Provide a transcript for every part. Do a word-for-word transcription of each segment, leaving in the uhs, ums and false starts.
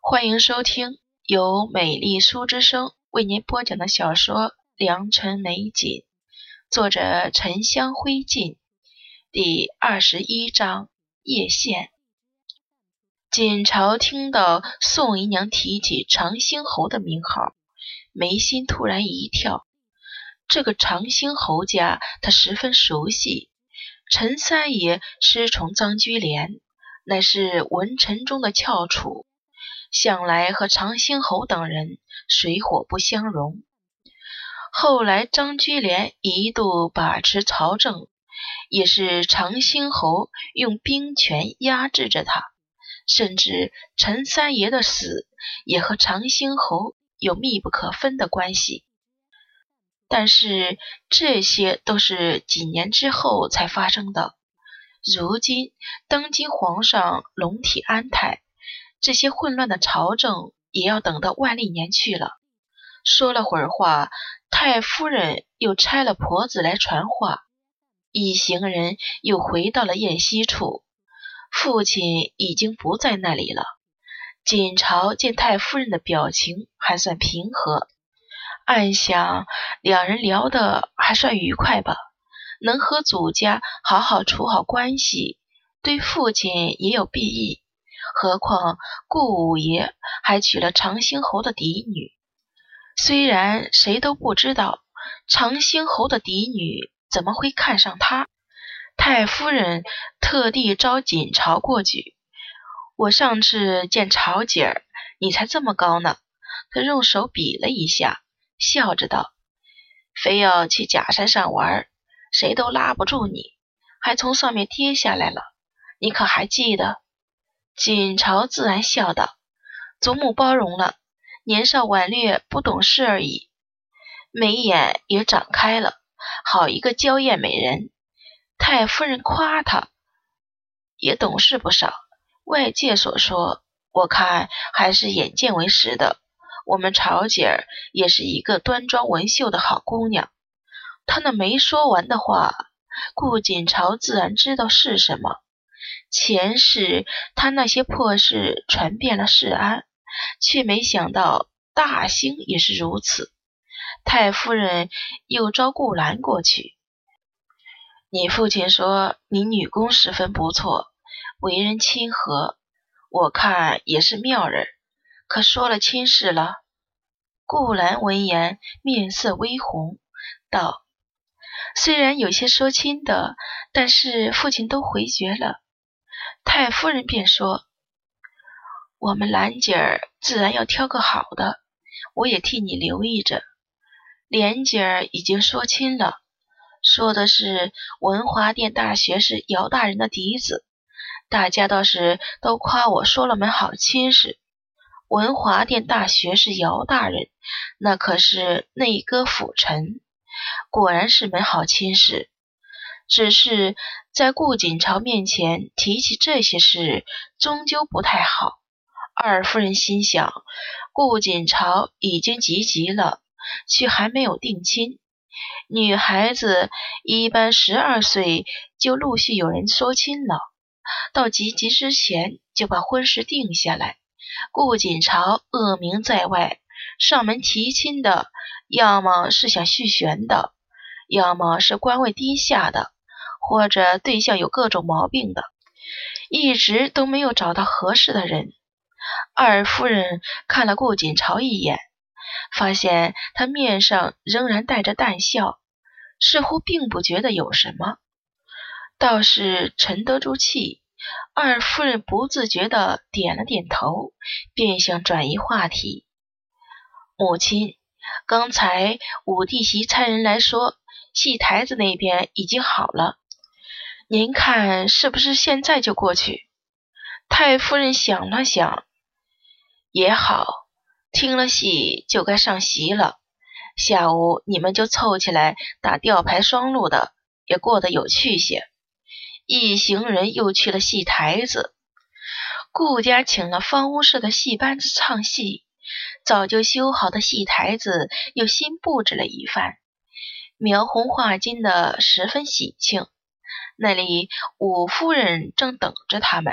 欢迎收听由美丽书之声为您播讲的小说《良辰美景》，作者沉香灰烬，第二十一章叶县。锦朝听到宋姨娘提起长兴侯的名号，眉心突然一跳。这个长兴侯家他十分熟悉，陈三爷师从臧居廉，乃是文臣中的翘楚，向来和长兴侯等人水火不相容。后来张居廉一度把持朝政，也是长兴侯用兵权压制着他，甚至陈三爷的死也和长兴侯有密不可分的关系。但是这些都是几年之后才发生的，如今当今皇上龙体安泰，这些混乱的朝政也要等到万历年去了。说了会儿话，太夫人又差了婆子来传话，一行人又回到了宴席处。父亲已经不在那里了。锦朝见太夫人的表情还算平和，暗想两人聊得还算愉快吧，能和祖家好好处好关系，对父亲也有裨益。何况顾五爷还娶了长兴侯的嫡女，虽然谁都不知道长兴侯的嫡女怎么会看上他。太夫人特地招锦朝过去，我上次见朝姐儿，你才这么高呢。她用手比了一下，笑着道，非要去假山上玩，谁都拉不住你，还从上面跌下来了，你可还记得？锦朝自然笑道，祖母包容了，年少顽劣不懂事而已。眉眼也长开了，好一个娇艳美人。太夫人夸她也懂事不少，外界所说，我看还是眼见为实的。我们朝姐儿也是一个端庄文秀的好姑娘。她那没说完的话，顾锦朝自然知道是什么。前世他那些破事传遍了世安，却没想到大兴也是如此。太夫人又招顾兰过去，你父亲说你女工十分不错，为人亲和，我看也是妙人，可说了亲事了？顾兰闻言面色微红，道，虽然有些说亲的，但是父亲都回绝了。太夫人便说，我们兰姐儿自然要挑个好的，我也替你留意着。莲姐儿已经说亲了，说的是文华殿大学士姚大人的嫡子，大家倒是都夸我说了门好亲事。文华殿大学士姚大人，那可是内阁辅臣，果然是门好亲事。只是在顾锦朝面前提起这些事，终究不太好。二夫人心想，顾锦朝已经及笄了，却还没有定亲。女孩子一般十二岁就陆续有人说亲了，到及笄之前就把婚事定下来。顾锦朝恶名在外，上门提亲的，要么是想续弦的，要么是官位低下的，或者对象有各种毛病的，一直都没有找到合适的人。二夫人看了顾锦朝一眼，发现他面上仍然带着淡笑，似乎并不觉得有什么，倒是沉得住气。二夫人不自觉地点了点头，便想转移话题。母亲，刚才五弟媳差人来说，戏台子那边已经好了，您看是不是现在就过去？太夫人想了想，也好，听了戏就该上席了，下午你们就凑起来打吊牌双路的，也过得有趣些。一行人又去了戏台子，顾家请了方屋社的戏班子唱戏，早就修好的戏台子又新布置了一番，描红画金的十分喜庆。那里五夫人正等着他们，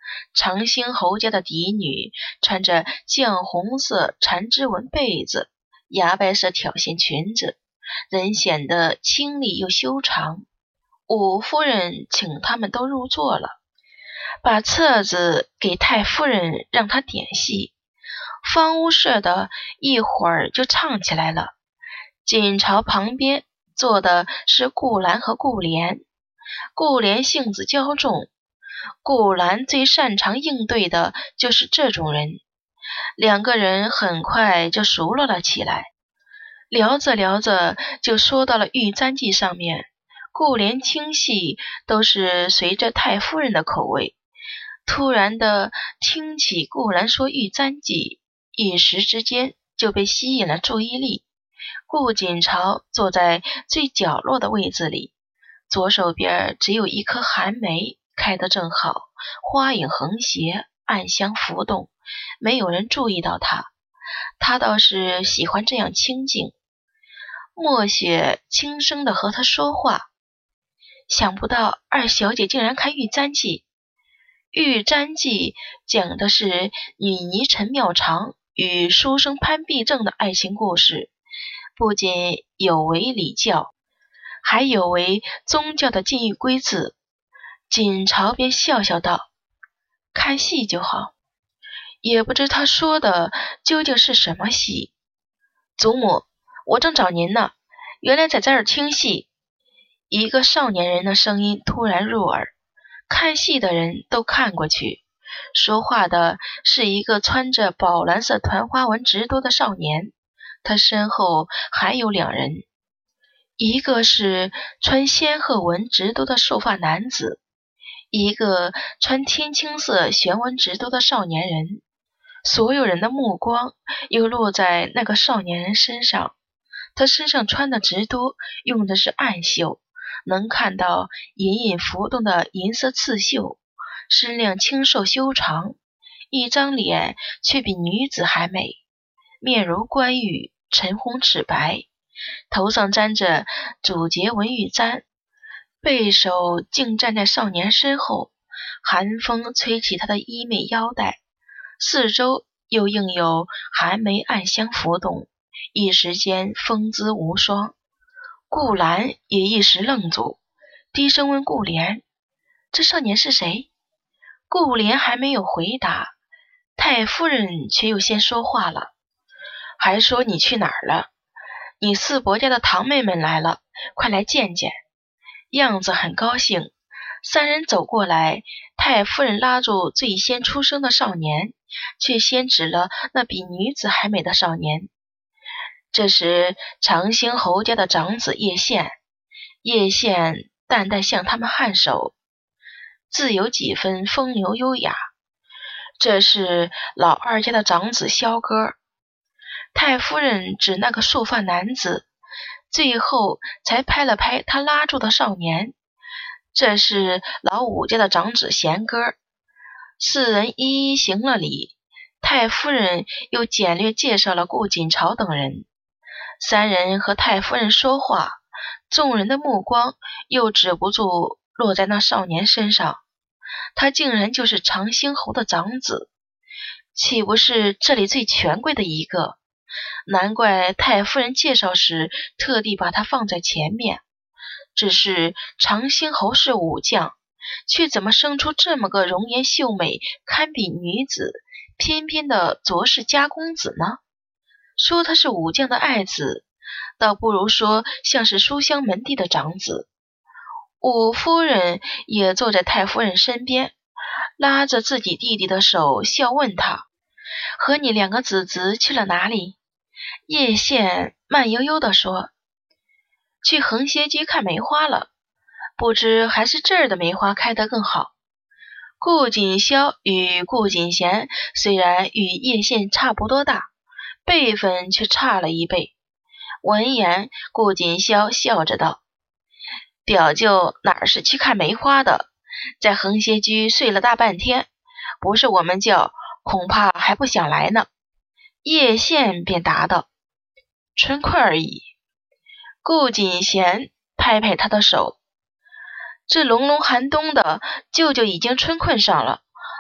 长兴侯家的嫡女穿着绛红色缠枝纹被子、牙白色挑线裙子，人显得清丽又修长。武夫人请他们都入座了，把册子给太夫人让她点戏。方屋社的一会儿就唱起来了。锦朝旁边坐的是顾兰和顾莲，顾莲性子骄纵，顾兰最擅长应对的就是这种人。两个人很快就熟络了起来，聊着聊着就说到了《玉簪记》上面。顾莲听戏都是随着太夫人的口味，突然的听起顾兰说《玉簪记》，一时之间就被吸引了注意力。顾锦朝坐在最角落的位子里，左手边只有一颗寒梅开得正好，花影横斜，暗香浮动，没有人注意到他。他倒是喜欢这样清静。墨雪轻声地和他说话，想不到二小姐竟然看《玉簪记》。《玉簪记》讲的是女尼陈妙长与书生潘必正的爱情故事，不仅有违礼教，还有违宗教的禁欲规则。锦朝便笑笑道：“看戏就好。”也不知他说的究竟是什么戏。祖母，我正找您呢，原来在这儿听戏。一个少年人的声音突然入耳，看戏的人都看过去。说话的是一个穿着宝蓝色团花纹直多的少年，他身后还有两人，一个是穿仙鹤纹直多的束发男子，一个穿天青色玄纹直多的少年人。所有人的目光又落在那个少年人身上，他身上穿的直多，用的是暗绣，能看到隐隐浮动的银色刺绣，身量清瘦修长，一张脸却比女子还美，面如冠玉，唇红齿白，头上沾着主节纹玉簪，背手竟站在少年身后，寒风吹起他的衣袂腰带，四周又应有寒梅暗香浮动，一时间风姿无双。顾兰也一时愣住，低声问顾莲：“这少年是谁？”顾莲还没有回答，太夫人却又先说话了：“还说你去哪儿了？你四伯家的堂妹们来了，快来见见。”样子很高兴。三人走过来，太夫人拉住最先出生的少年，却先指了那比女子还美的少年。这时长兴侯家的长子叶宪，叶宪淡淡向他们颔首，自有几分风流优雅。这是老二家的长子萧哥。太夫人指那个束发男子，最后才拍了拍他拉住的少年。这是老五家的长子贤哥。四人一一行了礼，太夫人又简略介绍了顾锦朝等人。三人和太夫人说话，众人的目光又止不住落在那少年身上。他竟然就是长兴侯的长子，岂不是这里最权贵的一个？难怪太夫人介绍时特地把他放在前面。只是长兴侯是武将，却怎么生出这么个容颜秀美堪比女子，偏偏的卓氏家公子呢？说他是武将的爱子，倒不如说像是书香门第的长子。武夫人也坐在太夫人身边，拉着自己弟弟的手笑问他：“和你两个子侄去了哪里？”叶宪慢悠悠地说：“去横斜居看梅花了，不知还是这儿的梅花开得更好。”顾锦霄与顾锦贤虽然与叶宪差不多大，辈分却差了一辈。闻言，顾锦霄笑着道：“表舅哪是去看梅花的，在横斜居睡了大半天，不是我们叫，恐怕还不想来呢。”叶宪便答道：“春困而已。”顾锦贤拍拍他的手：“这隆隆寒冬的，舅舅已经春困上了，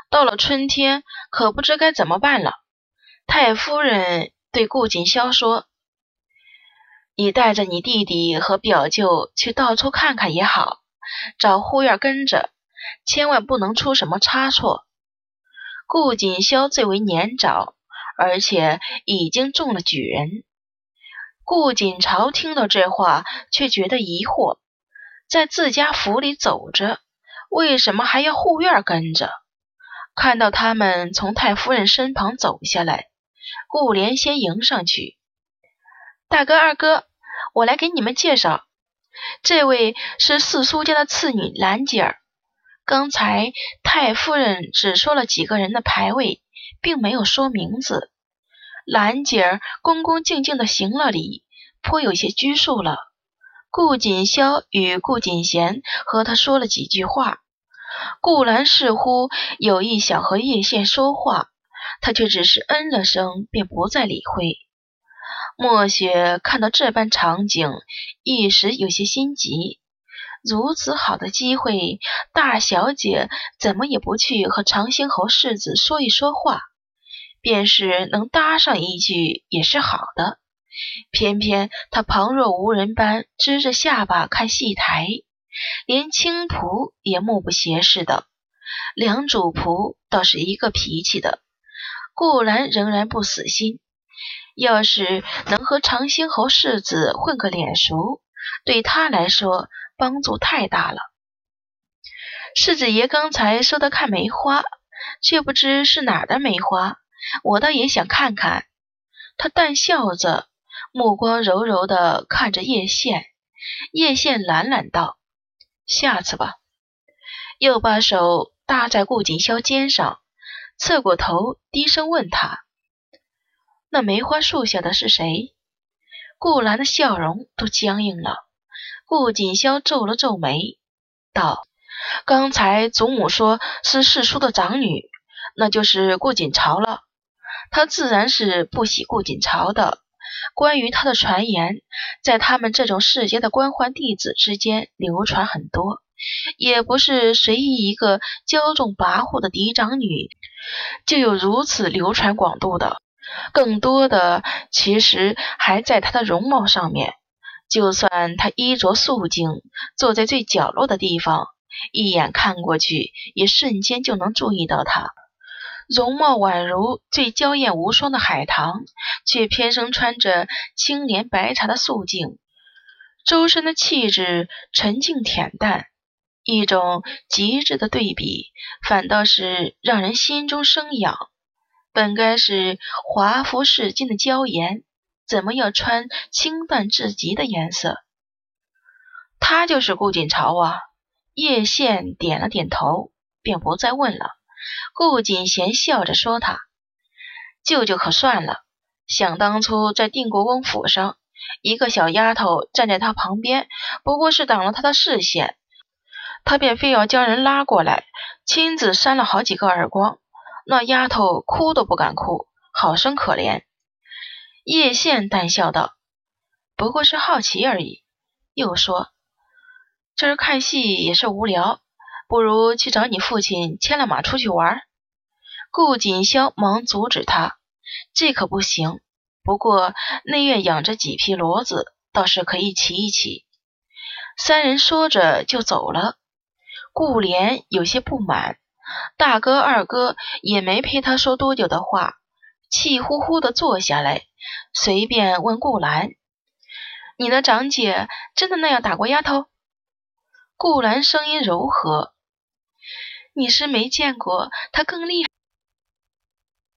到了春天，可不知该怎么办了。太夫人对顾锦霄说：你带着你弟弟和表舅去到处看看也好，找护院跟着，千万不能出什么差错。顾锦霄最为年长，而且已经中了举人。顾锦朝听到这话，却觉得疑惑，在自家府里走着，为什么还要护院跟着？看到他们从太夫人身旁走下来，顾莲先迎上去：大哥二哥，我来给你们介绍，这位是四叔家的次女兰姐儿。刚才太夫人只说了几个人的牌位，并没有说名字。兰姐儿恭恭敬敬地行了礼，颇有些拘束了。顾锦霄与顾锦贤和他说了几句话，顾兰似乎有意想和叶县说话，他却只是嗯了声，便不再理会。墨雪看到这般场景，一时有些心急。如此好的机会，大小姐怎么也不去和长兴侯世子说一说话？便是能搭上一句也是好的。偏偏她旁若无人般支着下巴看戏台，连青仆也目不斜视的。两主仆倒是一个脾气的，顾兰仍然不死心，要是能和长兴侯世子混个脸熟，对他来说帮助太大了。世子爷刚才说他看梅花，却不知是哪的梅花，我倒也想看看。他淡笑着，目光柔柔地看着叶县。叶县懒懒道：下次吧。又把手搭在顾锦霄肩上，侧过头低声问他：那梅花树下的是谁？顾兰的笑容都僵硬了。顾锦霄皱了皱眉，道：刚才祖母说是世叔的长女，那就是顾锦朝了。他自然是不喜顾锦朝的。关于他的传言，在他们这种世家的官宦弟子之间流传很多，也不是随意一个骄纵跋扈的嫡长女就有如此流传广度的。更多的其实还在她的容貌上面，就算她衣着素净，坐在最角落的地方，一眼看过去也瞬间就能注意到她。容貌宛如最娇艳无双的海棠，却偏生穿着青莲白茶的素净，周身的气质沉静恬淡，一种极致的对比，反倒是让人心中生痒。本该是华服饰金的娇颜，怎么要穿清淡至极的颜色？他就是顾锦朝啊。叶县点了点头，便不再问了。顾锦贤笑着说他：舅舅可算了，想当初在定国公府上，一个小丫头站在他旁边，不过是挡了他的视线，他便非要将人拉过来，亲自扇了好几个耳光，那丫头哭都不敢哭，好生可怜。叶县淡笑道：不过是好奇而已。又说：这儿看戏也是无聊，不如去找你父亲牵了马出去玩。顾锦霄忙阻止他：这可不行，不过内院养着几匹骡子，倒是可以骑一骑。三人说着就走了。顾莲有些不满，大哥二哥也没陪他说多久的话，气呼呼地坐下来，随便问顾兰：你的长姐真的那样打过丫头？顾兰声音柔和：你是没见过，她更厉害。